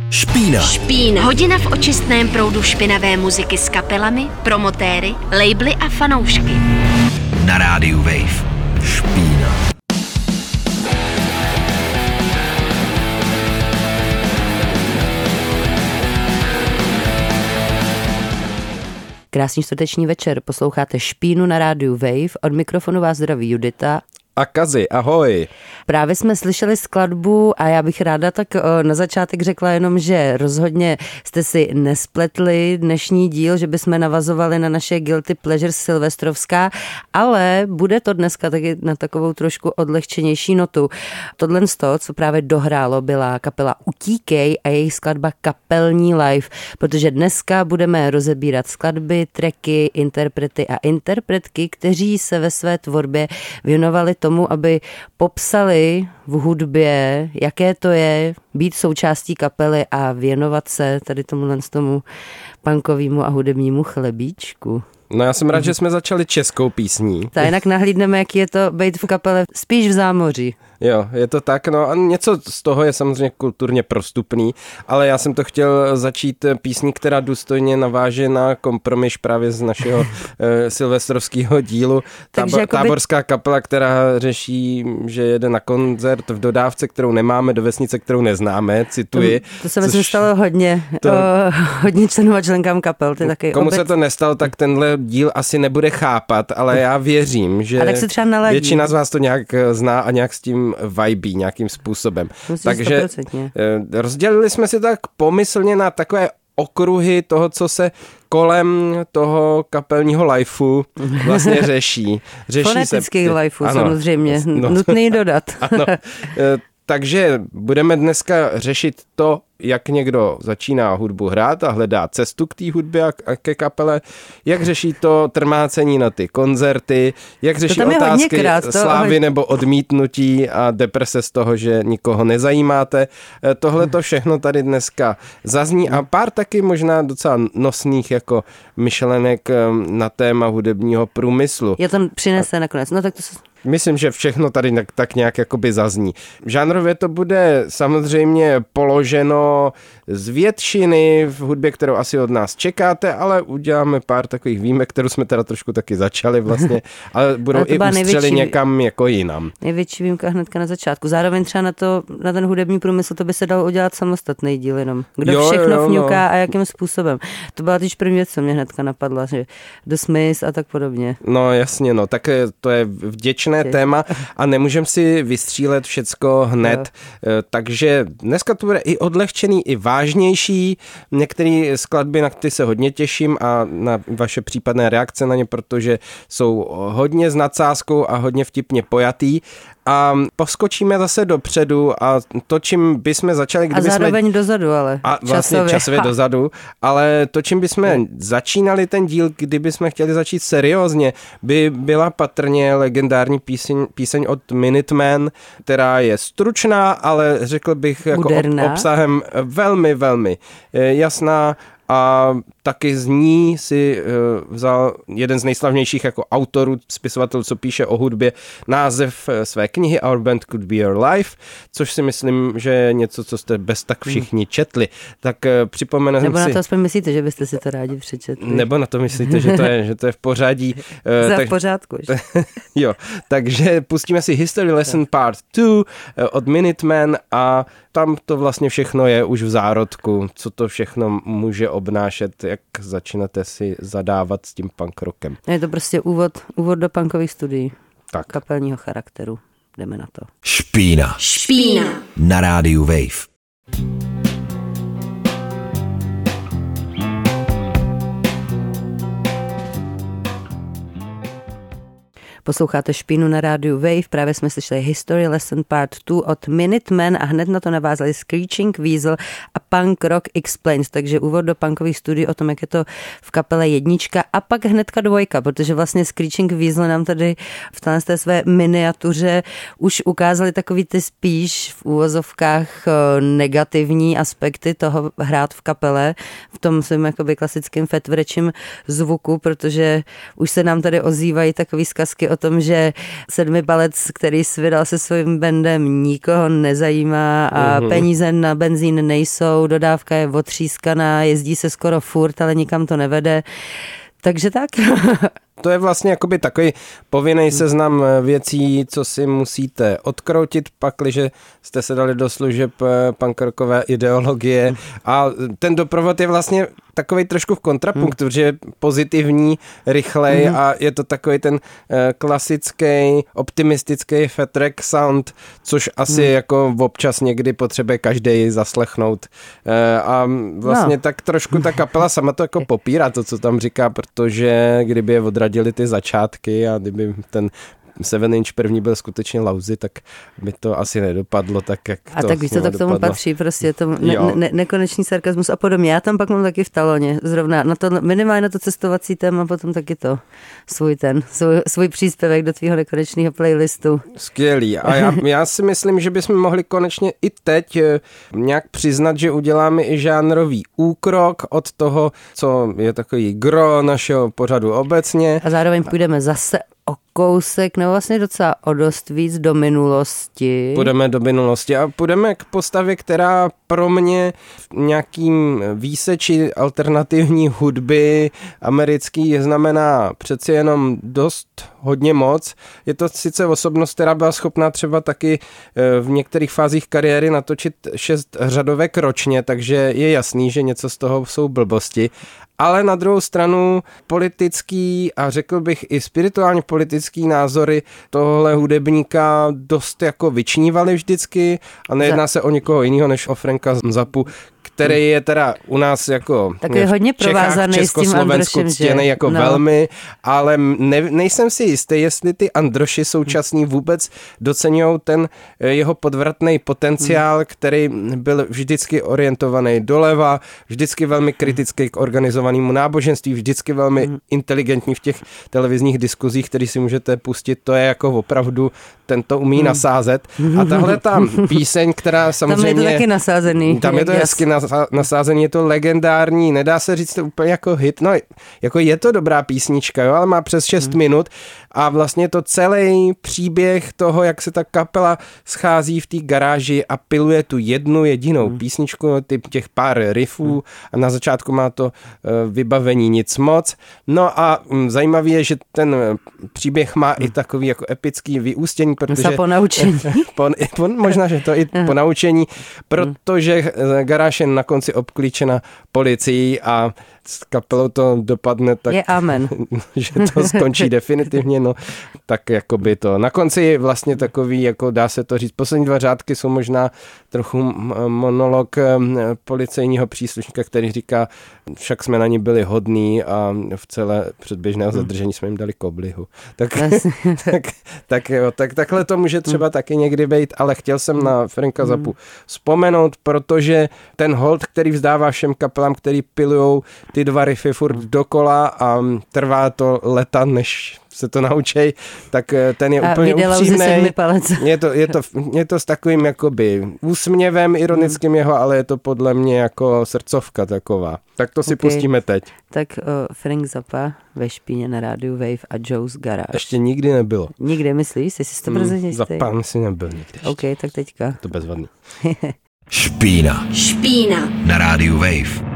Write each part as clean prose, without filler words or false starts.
Špína. Špína. Hodina v očistném proudu špinavé muziky s kapelami, promotéry, labely a fanoušky. Na rádiu Wave. Špína. Krásný čtvrteční večer, posloucháte Špínu na rádiu Wave, od mikrofonu vás zdraví Judita a Kazi, ahoj. Právě jsme slyšeli skladbu a já bych ráda tak na začátek řekla jenom, že rozhodně jste si nespletli dnešní díl, že bychom navazovali na naše Guilty Pleasures silvestrovská, ale bude to dneska taky na takovou trošku odlehčenější notu. Tohle z toho, co právě dohrálo, byla kapela Utíkej a jejich skladba Kapelní live, protože dneska budeme rozebírat skladby, tracky, interprety a interpretky, kteří se ve své tvorbě věnovali tomu, aby popsali v hudbě, jaké to je být součástí kapely a věnovat se tady tomu punkovému a hudebnímu chlebíčku. No já jsem rád, že jsme začali českou písní. Tak jinak nahlídneme, jaký je to být v kapele spíš v zámoří. Jo, je to tak, no a něco z toho je samozřejmě kulturně prostupný, ale já jsem to chtěl začít písní, která důstojně naváže na kompromis právě z našeho silvestrovského dílu. Táborská kapela, která řeší, že jede na koncert v dodávce, kterou nemáme, do vesnice, kterou neznáme, cituji. To se myslím stalo hodně členům a členkám kapel. Komu se to nestalo, tak tenhle díl asi nebude chápat, ale já věřím, že většina z vás to nějak zná a nějak s tím vibí nějakým způsobem. Takže 100%. Rozdělili jsme si tak pomyslně na takové okruhy toho, co se kolem toho kapelního lifeu vlastně řeší. Fonetických lifeu samozřejmě, nutný dodat. Ano. Takže budeme dneska řešit to, jak někdo začíná hudbu hrát a hledá cestu k té hudbě a ke kapele, jak řeší to trmácení na ty koncerty, jak řeší otázky slávy nebo odmítnutí a deprese z toho, že nikoho nezajímáte. Tohle to všechno tady dneska zazní a pár taky možná docela nosných jako myšlenek na téma hudebního průmyslu. Já to přinese nakonec. No tak to Myslím, že všechno tady tak nějak jakoby zazní. Žánrově to bude samozřejmě položeno z většiny v hudbě, kterou asi od nás čekáte, ale uděláme pár takových výjimek, kterou jsme teda trošku taky začali vlastně, ale budou i ústřely někam jako jinam. Největší výjimka hnedka na začátku. Zároveň třeba na ten hudební průmysl to by se dalo udělat samostatný díl jenom. Kdo všechno fňuká a jakým způsobem. To byla teď první věc, co mě hnedka napadla, že The Smiths a tak podobně. No jasně, no, tak to je vděčné téma a nemůžeme si vystřílet všecko hned, takže dneska to bude i odlehčený, i vážnější. Některé skladby, na které se hodně těším a na vaše případné reakce na ně, protože jsou hodně s nadsázkou a hodně vtipně pojatý. A poskočíme zase dopředu a to, čím bychom začali, a zároveň dozadu, ale a vlastně časově dozadu, ale to, čím bychom začínali ten díl, kdybychom chtěli začít seriózně, by byla patrně legendární píseň od Minutemen, která je stručná, ale řekl bych jako obsahem velmi, velmi jasná. A taky z ní si vzal jeden z nejslavnějších jako autorů, spisovatelů, co píše o hudbě, název své knihy Our Band Could Be Your Life, což si myslím, že je něco, co jste bez tak všichni četli. Tak připomeneme si... Nebo na to aspoň myslíte, že byste si to rádi přečetli. Nebo na to myslíte, že to je v pořadí. V pořádku. Jo, takže pustíme si History Lesson Part 2 od Minutemen a tam to vlastně všechno je už v zárodku, co to všechno může obnášet, jak začnete si zadávat s tím punk rockem. Je to prostě úvod do punkových studií. Tak. Kapelního charakteru. Jdeme na to. Špína. Na rádiu Wave. Posloucháte Špínu na rádiu Wave, právě jsme slyšeli History Lesson Part 2 od Minutemen a hned na to navázali Screeching Weasel a Punk Rock Explains, takže úvod do punkových studií o tom, jak je to v kapele 1 a pak hnedka 2, protože vlastně Screeching Weasel nám tady v té své miniatuře už ukázali takový ty spíš v úvozovkách negativní aspekty toho hrát v kapele, v tom svým jakoby klasickým fetvrečím zvuku, protože už se nám tady ozývají takový zkazky od tom, že Sedmipalec, který si vydal se svým bandem, nikoho nezajímá a peníze na benzín nejsou, dodávka je otřískaná, jezdí se skoro furt, ale nikam to nevede. Takže tak. To je vlastně jakoby takový povinný seznam věcí, co si musíte odkroutit, pakliže jste se dali do služeb punkrockové ideologie. A ten doprovod je vlastně takový trošku v kontrapunktu, protože je pozitivní, rychlej a je to takový ten klasický, optimistický fat track sound, což asi jako občas někdy potřebuje každej zaslechnout. A vlastně tak trošku ta kapela sama to jako popírá, to, co tam říká, protože kdyby je odradili ty začátky a kdyby ten 7-inch první byl skutečně lousy, tak by to asi nedopadlo tak, jak a to tak víš, co to k tomu patří, prostě to nekonečný sarkazmus a podobně. Já tam pak mám taky v taloně, zrovna na to, minimálně na to cestovací téma, potom taky to svůj příspěvek do tvýho nekonečného playlistu. Skvělý. A já si myslím, že bychom mohli konečně i teď nějak přiznat, že uděláme i žánrový úkrok od toho, co je takový gro našeho pořadu obecně. A zároveň půjdeme zase o kousek, nebo vlastně docela o dost víc do minulosti. Půjdeme do minulosti a půjdeme k postavě, která pro mě v nějakým výseči alternativní hudby americký znamená přeci jenom dost hodně moc. Je to sice osobnost, která byla schopná třeba taky v některých fázích kariéry natočit 6 řadovek ročně, takže je jasný, že něco z toho jsou blbosti. Ale na druhou stranu politický a řekl bych i spirituálně politický názory tohle hudebníka dost jako vyčnívaly vždycky a nejedná se o nikoho jiného než o Franka Zappu, který je teda u nás jako takový hodně provázaný v Československu ctěný jako velmi, ale nejsem si jistý, jestli ty androši současní vůbec doceňují ten jeho podvratný potenciál, který byl vždycky orientovaný doleva, vždycky velmi kritický k organizovanému náboženství, vždycky velmi inteligentní v těch televizních diskuzích, který si můžete pustit, to je jako opravdu, ten to umí nasázet. A tahle ta píseň, která samozřejmě... Tam je to taky nasázený. Tam je to hezky nasázený, je to legendární, nedá se říct to úplně jako hit, no jako je to dobrá písnička, jo, ale má přes 6 minut a vlastně to celý příběh toho, jak se ta kapela schází v té garáži a piluje tu jednu jedinou písničku, těch pár riffů a na začátku má to vybavení nic moc. No a zajímavé je, že ten příběh má i takový jako epický vyústění, protože... Po naučení. Možná, že to i po naučení, protože garáž je na konci obklíčena policií a s kapelou to dopadne tak, je amen. Že to skončí definitivně, no tak jako by to. Na konci vlastně takový, jako dá se to říct, poslední 2 řádky jsou možná trochu monolog policejního příslušníka, který říká, však jsme na ní byli hodní a v celé předběžného zadržení jsme jim dali koblihu. Tak takhle to může třeba taky někdy být, ale chtěl jsem na Franka Zappu vzpomenout, protože ten hold, který vzdává všem kapelám, který pilujou ty 2 riffy furt dokola a trvá to leta, než se to naučej, tak ten je úplně upřímnej. Je to s takovým jakoby úsměvem ironickým jeho, ale je to podle mě jako srdcovka taková. Tak to si pustíme teď. Tak Frank Zappa ve Špíně na rádiu Wave a Joe's Garage. Ještě nikdy nebylo. Nikdy, myslíš? Jsi si to jistý? Zappa si nebyl nikdy. OK, tak teďka. To bezvadný. Špína. Špína. Na rádiu Wave.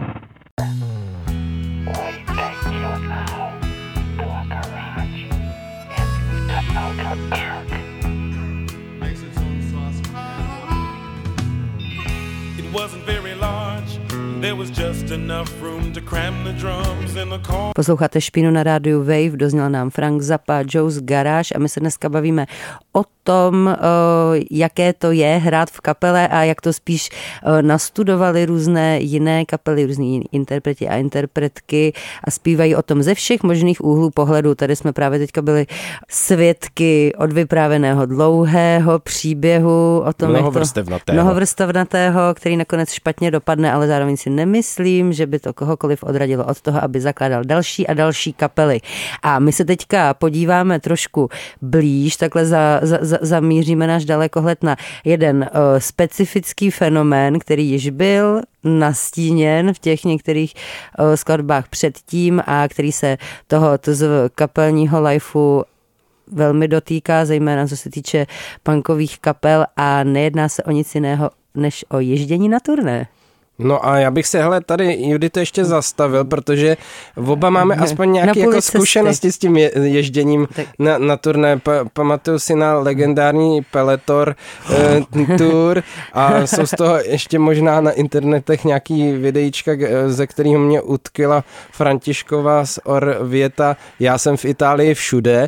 Posloucháte Špínu na rádiu Wave, dozněl nám Frank Zappa, Joe's Garage a my se dneska bavíme o tom, jaké to je hrát v kapele a jak to spíš nastudovali různé jiné kapely, různí interpreti a interpretky a zpívají o tom ze všech možných úhlů pohledu. Tady jsme právě teďka byli svědky odvyprávěného dlouhého příběhu o tom, mnohovrstevnatého, který nakonec špatně dopadne, ale zároveň si nemyslím, že by to kohokoliv odradilo od toho, aby zakládal další a další kapely. A my se teďka podíváme trošku blíž, takhle zamíříme náš dalekohled na jeden specifický fenomén, který již byl nastíněn v těch některých skladbách předtím a který se toho kapelního lifeu velmi dotýká, zejména co se týče punkových kapel a nejedná se o nic jiného, než o ježdění na turné. No a já bych se tady Judito ještě zastavil, protože oba máme aspoň nějaké jako zkušenosti s tím ježděním na turné. Pamatuju si na legendární Peletor tour a jsou z toho ještě možná na internetech nějaký videíčka, ze kterého mě utkila Františková z Orvěta. Já jsem v Itálii všude,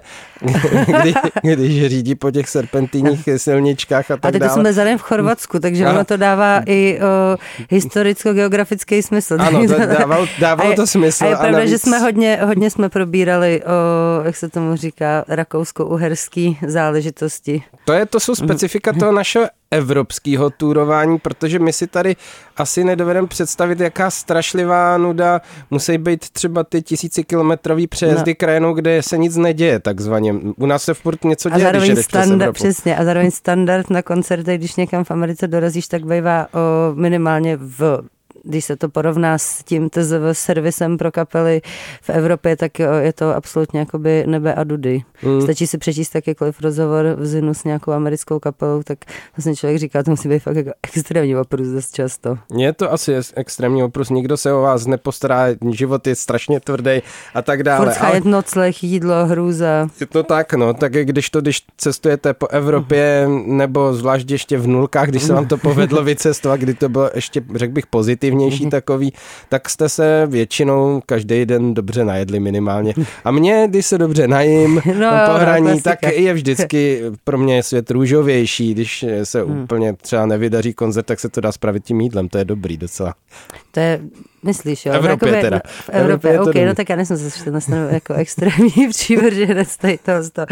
když řídí po těch serpentínních silničkách a tak dále. A teď jsme zároveň v Chorvatsku, takže ono to dává i historicko-geografický smysl. Ano, dávalo to smysl. A je pravda, že jsme hodně jsme probírali o, jak se tomu říká, rakousko-uherský záležitosti. To jsou specifika toho našeho evropského tourování, protože my si tady asi nedovedeme představit, jaká strašlivá nuda musí být třeba ty 1000kilometrový přejezdy krajinou, kde se nic neděje, takzvaně. U nás se furt něco děje, když jedeš přes Evropu. Přesně, a zároveň standard na koncertech, když někam v Americe dorazíš, tak bývá minimálně když se to porovná s tím TZV servisem pro kapely v Evropě, tak je to absolutně jakoby nebe a dudy. Stačí si přečíst jakýkoliv rozhovor v Zinu s nějakou americkou kapelou, tak vlastně člověk říká, to musí být fakt jako extrémní oprus dost často. Je to asi extrémní oprus, nikdo se o vás nepostará, život je strašně tvrdý a tak dále. Furt schájet nocleh, jídlo, hrůza. Je to tak, no, tak když cestujete po Evropě, nebo zvlášť ještě v nulkách, když se vám to povedlo vycestovat, kdy to bylo ještě, řekl bych, pozitivnější takový, tak jste se většinou každý den dobře najedli minimálně. A mě, když se dobře najím po hraní, tak je vždycky pro mě svět růžovější. Když se úplně třeba nevydaří koncert, tak se to dá spravit tím jídlem. To je dobrý docela. To je, myslíš, jo? V Evropě teda. V Evropě, ok, no tak já nejsem zase na stranu jako extrémní přívrženec tady toho.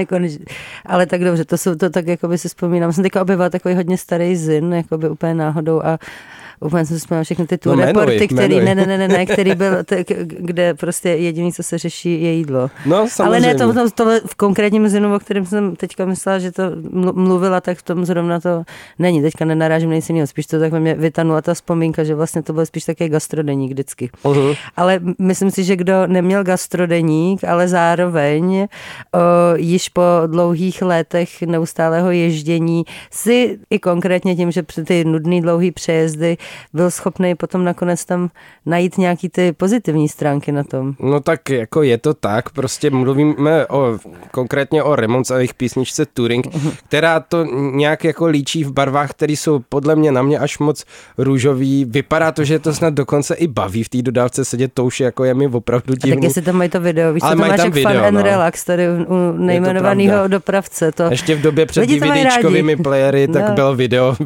Ale tak dobře, to tak jako by si vzpomínám. Jsem teďka objevila takový hodně starý Zin, jako by úplně náhodou a úplně jsem si vzpomněla všechny ty tour reporty, který byl, kde prostě jediný, co se řeší, je jídlo. No, samozřejmě. Ale ne, to v konkrétním Zinu, o kterém jsem teďka myslela, že to mluvila, tak v tom zrovna to není. Teďka nenarážím na nic jiného, spíš to tak mě vytanula ta vzpomínka, že vlastně to byl spíš takový gastrodeník vždycky. Ale myslím si, že kdo neměl gastrodeník, ale zároveň již po dlouhých letech neustálého ježdění si i konkrétně tím, že při ty nudný dlouhý přejezdy byl schopný potom nakonec tam najít nějaký ty pozitivní stránky na tom. No tak jako je to tak, prostě mluvíme konkrétně o Ramones a jejich písničce Touring, která to nějak jako líčí v barvách, které jsou podle mě na mě až moc růžový. Vypadá to, že to snad dokonce i baví v té dodávce sedět, to už jako je mi opravdu divný. Tak jestli tam mají to video, víš, to máš jak Fun and Relax, tady u nejmenovaného dopravce. To... Ještě v době před DVDčkovými playery, tak bylo video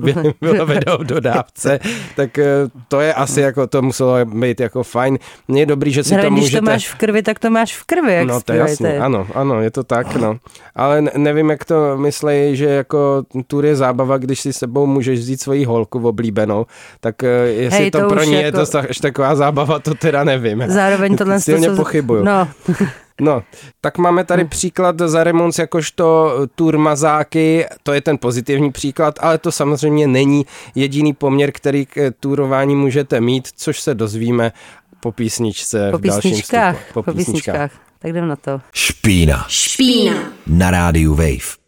v dodávce. Tak to je asi jako, to muselo být jako fajn. Je dobrý, že si to můžete... Když to máš v krvi, tak to máš v krvi, jak no to je jasný, ano, je to tak, no. Ale nevím, jak to myslej, že jako tour je zábava, když si sebou můžeš vzít svoji holku oblíbenou, tak jestli to pro ní jako... je to až taková zábava, to teda nevím. Zároveň tohle silně pochybuju. No, tak máme tady příklad za Ramones jakožto turmazáky, to je ten pozitivní příklad, ale to samozřejmě není jediný poměr, který k tourování můžete mít, což se dozvíme po písničce v dalším vstupu. Po písničkách. Tak jdem na to. Špína. Na rádiu Wave.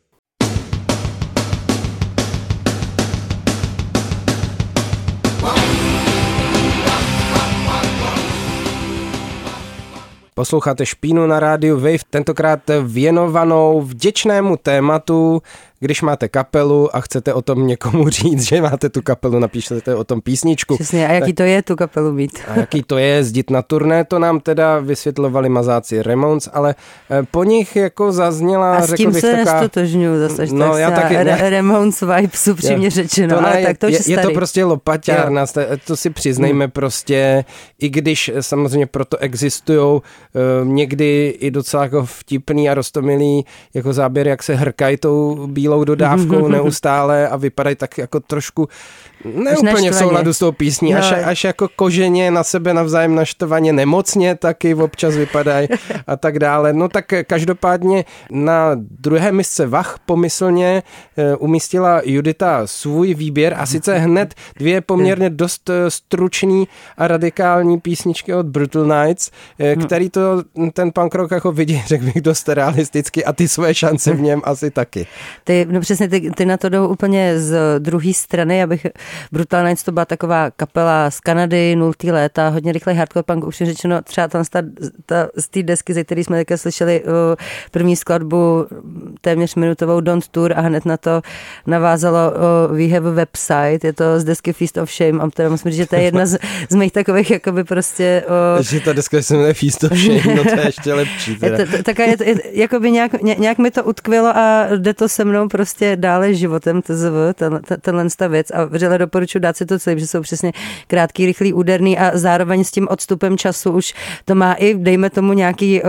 Posloucháte Špínu na rádiu Wave, tentokrát věnovanou vděčnému tématu. Když máte kapelu a chcete o tom někomu říct, že máte tu kapelu, napíšete o tom písničku. Přesně, a jaký to je tu kapelu mít? A jaký to je jezdit na turné, to nám teda vysvětlovali mazáci Ramones, ale po nich jako zazněla, a s tím se nestotožňuju zase, no, já taky, Ramones vibes, upřímně řečeno, to ne, ale tak to už je to prostě lopaťárna, to si přiznejme prostě, i když samozřejmě proto existujou někdy i docela jako vtipný a roztomilý jako záběr, jak se hrkají tou bílou dodávkou neustále a vypadají tak jako trošku Ne úplně v souladu s tou písní, až jako koženě na sebe navzájem naštvaně, nemocně taky občas vypadají a tak dále. No tak každopádně na druhé místce Vach pomyslně umístila Judita svůj výběr a sice hned dvě poměrně dost stručný a radikální písničky od Brutal Knights, který to ten punk rock jako vidí, řekl bych, dost realisticky a ty své šance v něm asi taky. Přesně, ty na to jdou úplně z druhé strany, Brutal Knights to byla taková kapela z Kanady, 0. léta, hodně rychlej hardcore punk, už řečeno, třeba tam z té desky, ze které jsme také slyšeli první skladbu, téměř minutovou Don't Tour a hned na to navázalo We Have a Website, je to z desky Feast of Shame a teda musím říct, že to je jedna z mých takových jakoby prostě... Že ta deska se jmenuje Feast of Shame, no to je ještě lepší. Jakoby nějak mi to utkvělo a jde to se mnou prostě dále životem, tenhle věc a vřele doporučuji dát si to celý, že jsou přesně krátký, rychlý, úderný a zároveň s tím odstupem času už to má i, dejme tomu nějaký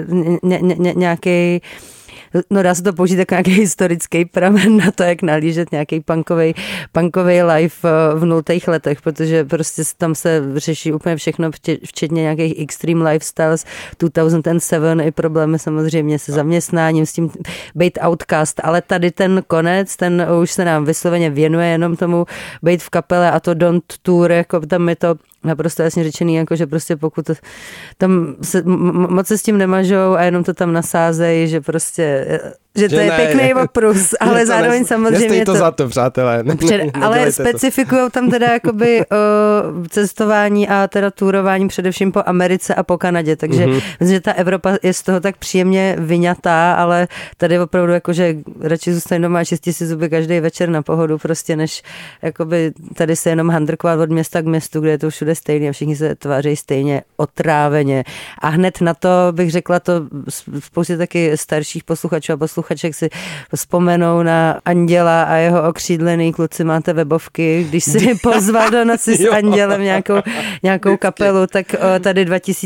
no dá se to použít jako nějaký historický pramen na to, jak nalížet nějaký punkový life v 0. letech, protože prostě tam se řeší úplně všechno, včetně nějakých extreme lifestyles, 2007 i problémy samozřejmě se zaměstnáním, s tím být outcast, ale tady ten konec, ten už se nám vysloveně věnuje jenom tomu být v kapele a to Don't Tour, jako tam je to naprosto jasně řečený, jako že prostě pokud tam se moc se s tím nemažou a jenom to tam nasázejí, že prostě že to je pěkný oprus, ale zároveň samozřejmě nestojí to za to, přátelé. Ale specifikujou tam teda jakoby cestování a teda tourování především po Americe a po Kanadě, takže myslím, že ta Evropa je z toho tak příjemně vyňatá, ale tady opravdu jakože radši zůstaň doma a čistí si zuby každý večer na pohodu, prostě než jakoby tady se jenom handrkovat od města k městu, kde je to všude stejný a všichni se tváří stejně otráveně. A hned na to bych řekla, to spoustě taky starších posluchačů a posluchaček si vzpomenou na Anděla a jeho okřídlený kluci, máte webovky, když si pozval do Noci s Andělem nějakou kapelu, tak tady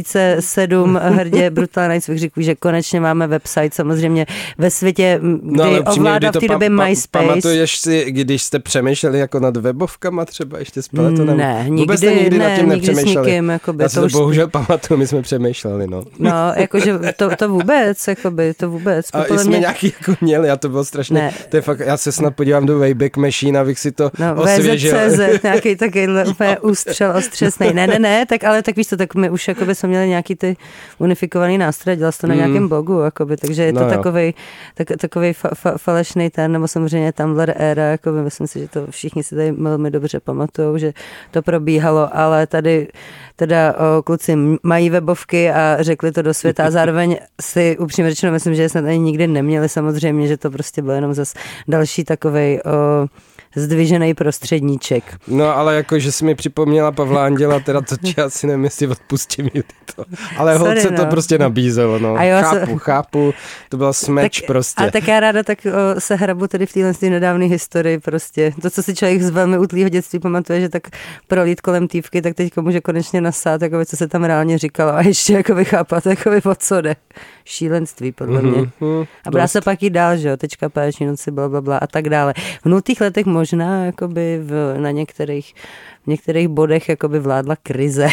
2007 hrdě Brutal Knights vykřikují, že konečně máme website, samozřejmě ve světě, kdy ovládal v té době MySpace. Pamatuješ si, když jste přemýšleli jako nad webovkama třeba ještě s Peletonem? Ne, nikdy s nikým. Jakoby, já si to bohužel pamatuju, my jsme přemýšleli, no. No, jakože to vůbec, jakoby, to vůbec. A jsme nějaký jako měli a to bylo strašně, to je fakt, já se snad podívám do Wayback Machine, abych si to osvěžil. VZCZ, nějaký takovýhle úplně ústřel ostřesnej. Ne, tak víš co, tak my už jakoby jsme měli nějaký ty unifikovaný nástroje, dělal jsi to na nějakém blogu, jakoby, takže je to takovej falešnej ten, nebo samozřejmě Tumblr éra, jakoby, myslím si, že to všichni si tady velmi dobře pamatujou, že to probíhalo, ale tady teda kluci mají webovky a řekli to do světa a zároveň si upřímně řečeno myslím, že jsme tady nikdy neměli samozřejmě, že to prostě bylo jenom zas další takovej zdvižený prostředníček. No ale jako, že jsi mi připomněla Pavla Anděla, teda to asi nevím, jestli odpustím to. Ale holce to prostě nabízelo, no. Chápu, to byla smeč tak, prostě. A tak já ráda tak se hrabu tady v téhle nedávné historii prostě. To, co si člověk z velmi útlýho dětství pamatuje, že tak prolít kolem týpky, tak teď může konečně nasát, jakoby, co se tam reálně říkalo a ještě jakoby chápat, jakoby, o co jde. Šílenství, podle mě. A brá se pak jít dál, že jo, tečka páční noci, blablabla a tak dále. V 0. letech možná jakoby na některých bodech jakoby vládla krize.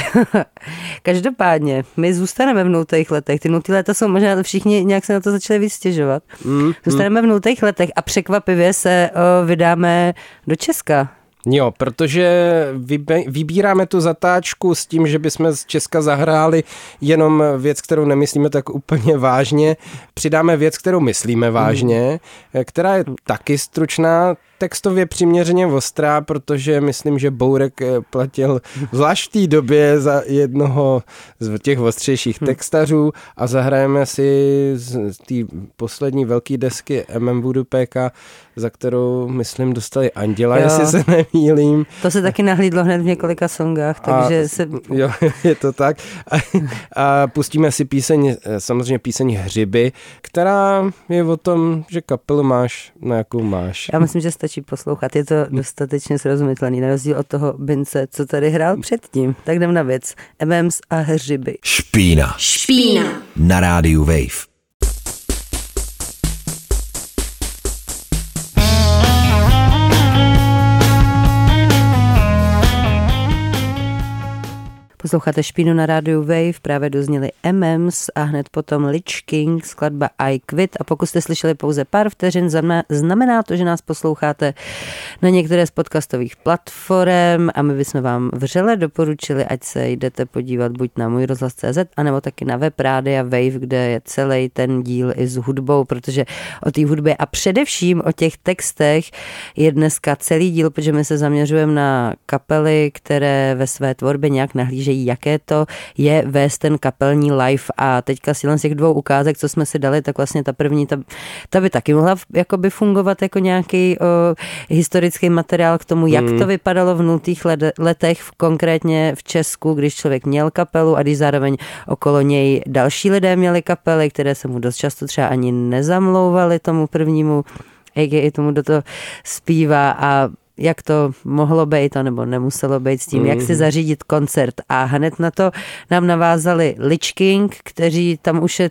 Každopádně, my zůstaneme v 0. letech. Ty 0. léta jsou možná, všichni nějak se na to začali víc stěžovat. Zůstaneme v 0. letech a překvapivě se vydáme do Česka. Jo, protože vybíráme tu zatáčku s tím, že bychom z Česka zahráli jenom věc, kterou nemyslíme tak úplně vážně. Přidáme věc, kterou myslíme vážně, která je taky stručná, textově přiměřeně ostrá, protože myslím, že Bourek platil zvlášť v té době za jednoho z těch ostřejších textařů a zahrajeme si z té poslední velké desky Voodoo PK, za kterou, myslím, dostali Anděla, jestli se nemýlím. To se taky nahlídlo hned v několika songách, takže Jo, je to tak. A pustíme si samozřejmě píseň Hřiby, která je o tom, že kapelu máš, na jakou máš. Já myslím, že stačí poslouchat, je to dostatečně srozumitelný, na rozdíl od toho Bince, co tady hrál předtím. Tak jdem na věc. M&M's a Hřiby. Špína. Na rádiu Wave. Posloucháte Špínu na rádiu Wave, právě dozněli M&M's a hned potom Lich King, skladba I Quit. A pokud jste slyšeli pouze pár vteřin, znamená to, že nás posloucháte na některé z podcastových platform a my bychom vám vřele doporučili, ať se jdete podívat buď na můj rozhlas.cz, anebo taky na web Rádia Wave, kde je celý ten díl i s hudbou, protože o té hudbě a především o těch textech je dneska celý díl, protože my se zaměřujeme na kapely, které ve své tvorbě nějak nahlížejí, jaké to je vést ten kapelní live. A teďka z těch 2 ukázek, co jsme si dali, tak vlastně ta první, ta by taky mohla jakoby fungovat jako nějaký historický materiál k tomu, jak to vypadalo v 0. letech, konkrétně v Česku, když člověk měl kapelu a když zároveň okolo něj další lidé měli kapely, které se mu dost často třeba ani nezamlouvaly tomu prvnímu, i tomu, kdo to zpívá a jak to mohlo být, nebo nemuselo být s tím, jak si zařídit koncert. A hned na to nám navázali Lich King, kteří tam už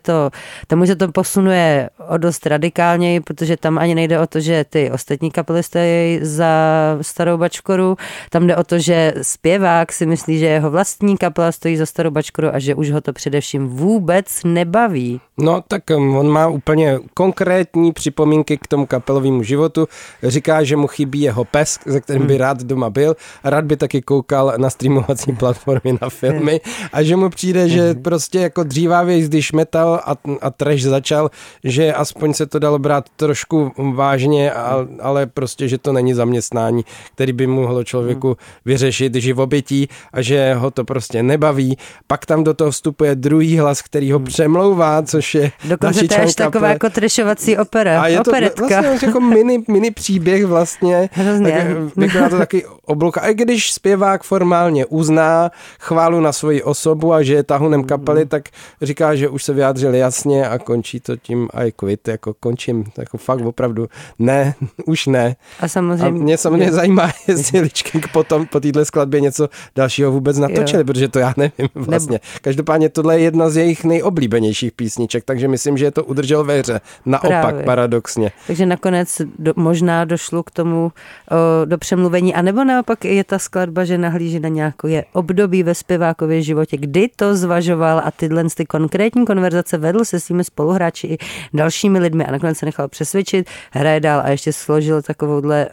se to posunuje o dost radikálněji, protože tam ani nejde o to, že ty ostatní kapely stojí za Starou Bačkoru, tam jde o to, že zpěvák si myslí, že jeho vlastní kapela stojí za Starou Bačkoru a že už ho to především vůbec nebaví. No tak on má úplně konkrétní připomínky k tomu kapelovému životu. Říká, že mu chybí jeho pes, se kterým by rád doma byl a rád by taky koukal na streamovací platformy na filmy a že mu přijde, že prostě jako dřívavěji, když metal a trash začal, že aspoň se to dalo brát trošku vážně, ale prostě, že to není zaměstnání, který by mohlo člověku vyřešit živobytí a že ho to prostě nebaví. Pak tam do toho vstupuje druhý hlas, který ho přemlouvá, což je dokonce to je až taková jako trešovací opera. A je to operetka. Vlastně jako mini příběh vlastně. Vypadá to taky obloka. A když zpěvák formálně uzná chválu na svoji osobu a že je tahunem kapely, tak říká, že už se vyjádřil jasně a končí to tím I quit, jako končím, jako fakt opravdu ne, už ne. A samozřejmě mě zajímá, jestli Lich King potom po téhle skladbě něco dalšího vůbec natočili, protože to já nevím vlastně. Každopádně tohle je jedna z jejich nejoblíbenějších písniček, takže myslím, že je to udržel ve hře. Naopak, paradoxně. Takže nakonec možná došlo k tomu do přemluvení, anebo naopak je ta skladba, že nahlíží na nějaké období ve zpěvákově životě, kdy to zvažoval a ty konkrétní konverzace vedl se svými spoluhráči i dalšími lidmi a nakonec se nechal přesvědčit, hraje dál a ještě složil takovouhle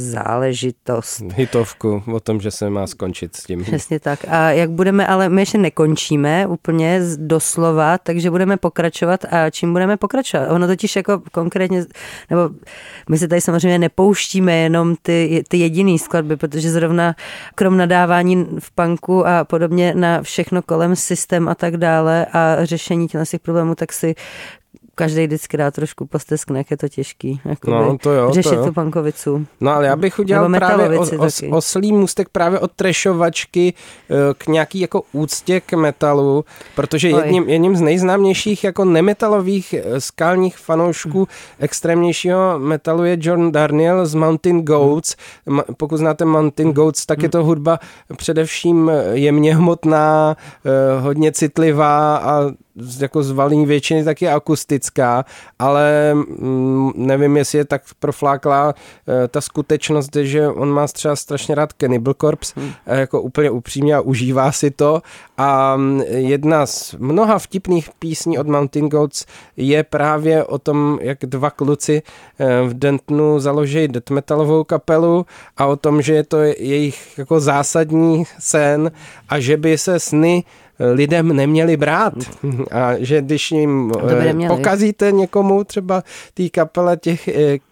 záležitost. Hitovku o tom, že se má skončit s tím. Přesně tak. A jak budeme, ale my ještě nekončíme úplně doslova, takže budeme pokračovat a čím budeme pokračovat? Ono totiž jako konkrétně, nebo my se tady samozřejmě nepouštíme jenom ty jediný skladby, protože zrovna krom nadávání v punku a podobně na všechno kolem systém a tak dále a řešení těch problémů, tak si každý vždycky dá trošku posteskne, jak je to těžký. No, to jo, řešit tu punkovicu. No ale já bych udělal právě oslý můstek právě od trashovačky k nějaký jako úctě k metalu, protože jedním z nejznámějších jako nemetalových skalních fanoušků extrémnějšího metalu je John Darnielle z Mountain Goats. Pokud znáte Mountain Goats, tak je to hudba především jemně hmotná, hodně citlivá a jako z valní většiny taky akustická, ale nevím, jestli je tak profláklá ta skutečnost, že on má třeba strašně rád Cannibal Corpse, jako úplně upřímně a užívá si to a jedna z mnoha vtipných písní od Mountain Goats je právě o tom, jak 2 kluci v Dentonu založí death metalovou kapelu a o tom, že je to jejich jako zásadní sen a že by se sny lidem neměli brát a že když jim pokazíte někomu třeba té kapele těch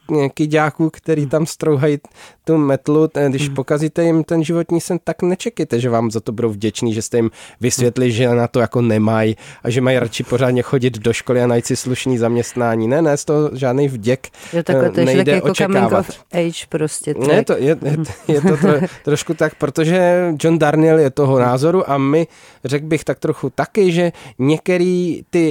kyďáků, který tam strouhají tu metlu, když pokazíte jim ten životní sen, tak nečekejte, že vám za to budou vděční, že jste jim vysvětlili, že na to jako nemají a že mají radši pořádně chodit do školy a najít si slušný zaměstnání. Ne, z toho žádný vděk nejde jako očekávat. Coming of age prostě. Ne, je to trošku tak, protože John Darnielle je toho názoru a my, řekl bych tak trochu taky, že některý ty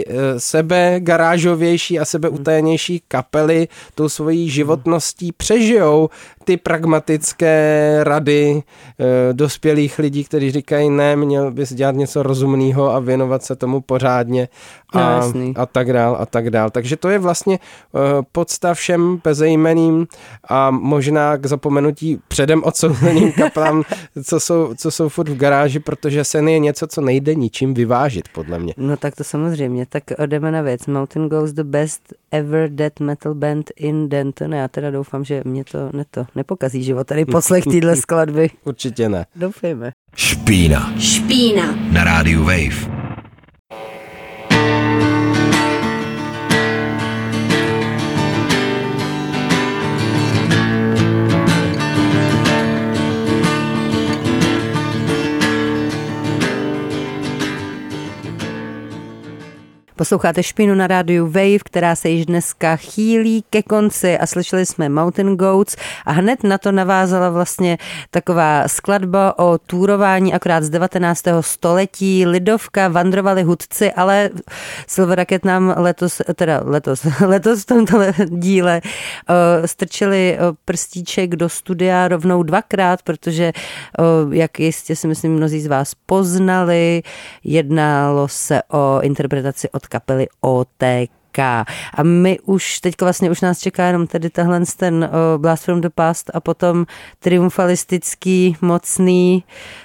sebegarážovější a sebeutajenější kapely tou svojí životností přežijou ty pragmatické rady dospělých lidí, kteří říkají, ne, měl bys dělat něco rozumného a věnovat se tomu pořádně a tak dál. Takže to je vlastně podsta všem bezejmenným a možná k zapomenutí předem odsouzeným kaplám, co jsou furt v garáži, protože sen je něco, co nejde ničím vyvážit, podle mě. No tak to samozřejmě, tak jdeme na věc. Mountain Goats, the best ever death metal band in Denton. Já teda doufám, že mě to nepokazí život tady poslech téhle skladby. Určitě ne. Doufejme. Špína. Špína. Na rádiu Wave. Posloucháte Špínu na rádiu Wave, která se již dneska chýlí ke konci a slyšeli jsme Mountain Goats a hned na to navázala vlastně taková skladba o túrování akorát z 19. století. Lidovka, vandrovali hudci, ale Silver Rocket nám letos v tomto díle strčili prstíček do studia rovnou dvakrát, protože jak jistě si myslím mnozí z vás poznali, jednalo se o interpretaci od kapely OTK. A my už teďka vlastně už nás čeká jenom tady tahle ten Blast from the Past a potom triumfalistický mocný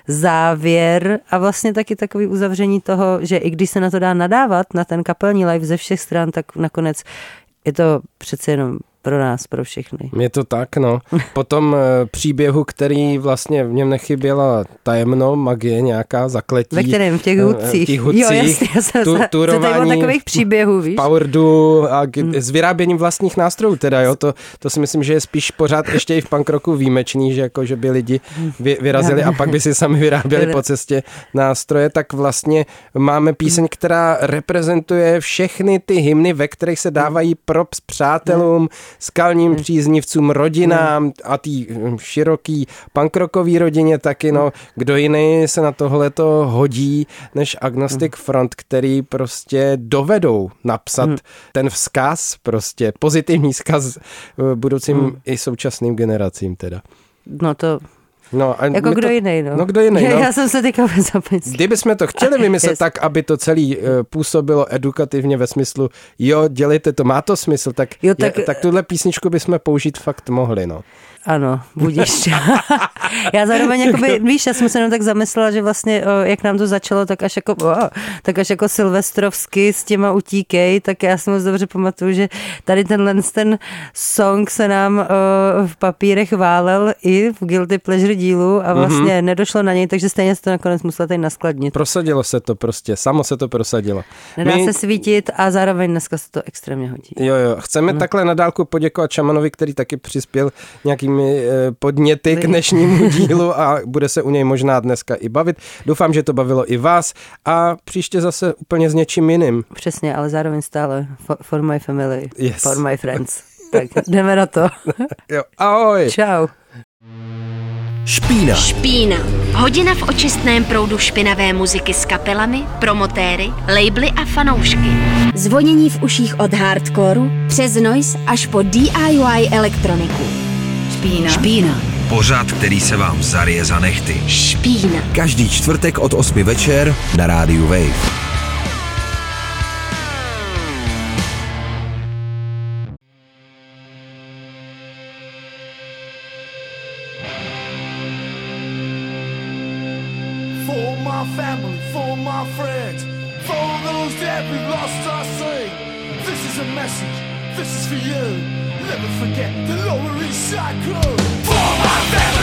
závěr a vlastně taky takový uzavření toho, že i když se na to dá nadávat, na ten kapelní live ze všech stran, tak nakonec je to přece jenom pro nás, pro všechny. Je to tak, no. Po tom příběhu, který vlastně v něm nechyběla tajemno, magie, nějaká zakletí. Ve kterém? V těch hudcích. Jo, jasně. Turování takových příběhů, víš? Powerdu a s vyráběním vlastních nástrojů teda, jo. To si myslím, že je spíš pořád ještě i v punk rocku výjimečný, že jako, že by lidi vyrazili a pak by si sami vyráběli po cestě nástroje, tak vlastně máme píseň, která reprezentuje všechny ty hymny, ve kterých se dávají props přátelům, skalním příznivcům, rodinám a tý široký punkrokový rodině taky, no, kdo jiný se na tohleto hodí než Agnostic Front, který prostě dovedou napsat ten vzkaz, prostě pozitivní vzkaz budoucím i současným generacím teda. No to... No, a jako kdo jiný, no. No kdo jiný, no. Já jsem se teďka zapomněl. Kdybychom to chtěli vymyslet tak, aby to celý působilo edukativně ve smyslu, jo, dělejte to, má to smysl, tak tuhle písničku bychom použít fakt mohli, no. Ano, budíš. Já zároveň jakoby, víš, já jsem se jenom tak zamyslela, že vlastně, jak nám to začalo, tak až jako silvestrovsky s těma utíkej, tak já si moc dobře pamatuju, že tady ten song se nám v papírech válel i v Guilty Pleasure dílu a vlastně nedošlo na něj, takže stejně se to nakonec muselo tady naskladnit. Prosadilo se to prostě, samo se to prosadilo. Nedá se svítit a zároveň dneska se to extrémně hodí. Jo, chceme takhle na dálku poděkovat Šamanovi, který taky přispěl nějakým podněty k dnešnímu dílu a bude se u něj možná dneska i bavit. Doufám, že to bavilo i vás a příště zase úplně s něčím jiným. Přesně, ale zároveň stále for my family, yes. For my friends. Tak jdeme na to. Jo, ahoj. Čau. Špína. Špína. Hodina v očistném proudu špinavé muziky s kapelami, promotéry, labely a fanoušky. Zvonění v uších od hardcoreu přes noise až po DIY elektroniku. Špína. Pořad, který se vám zarije za nehty. Špína. Každý čtvrtek od 8 večer na rádiu Wave. For my family, for my friends, for those that we've lost our say. This is a message, this is for you. Never forget the Lower East Side Crew. For my family.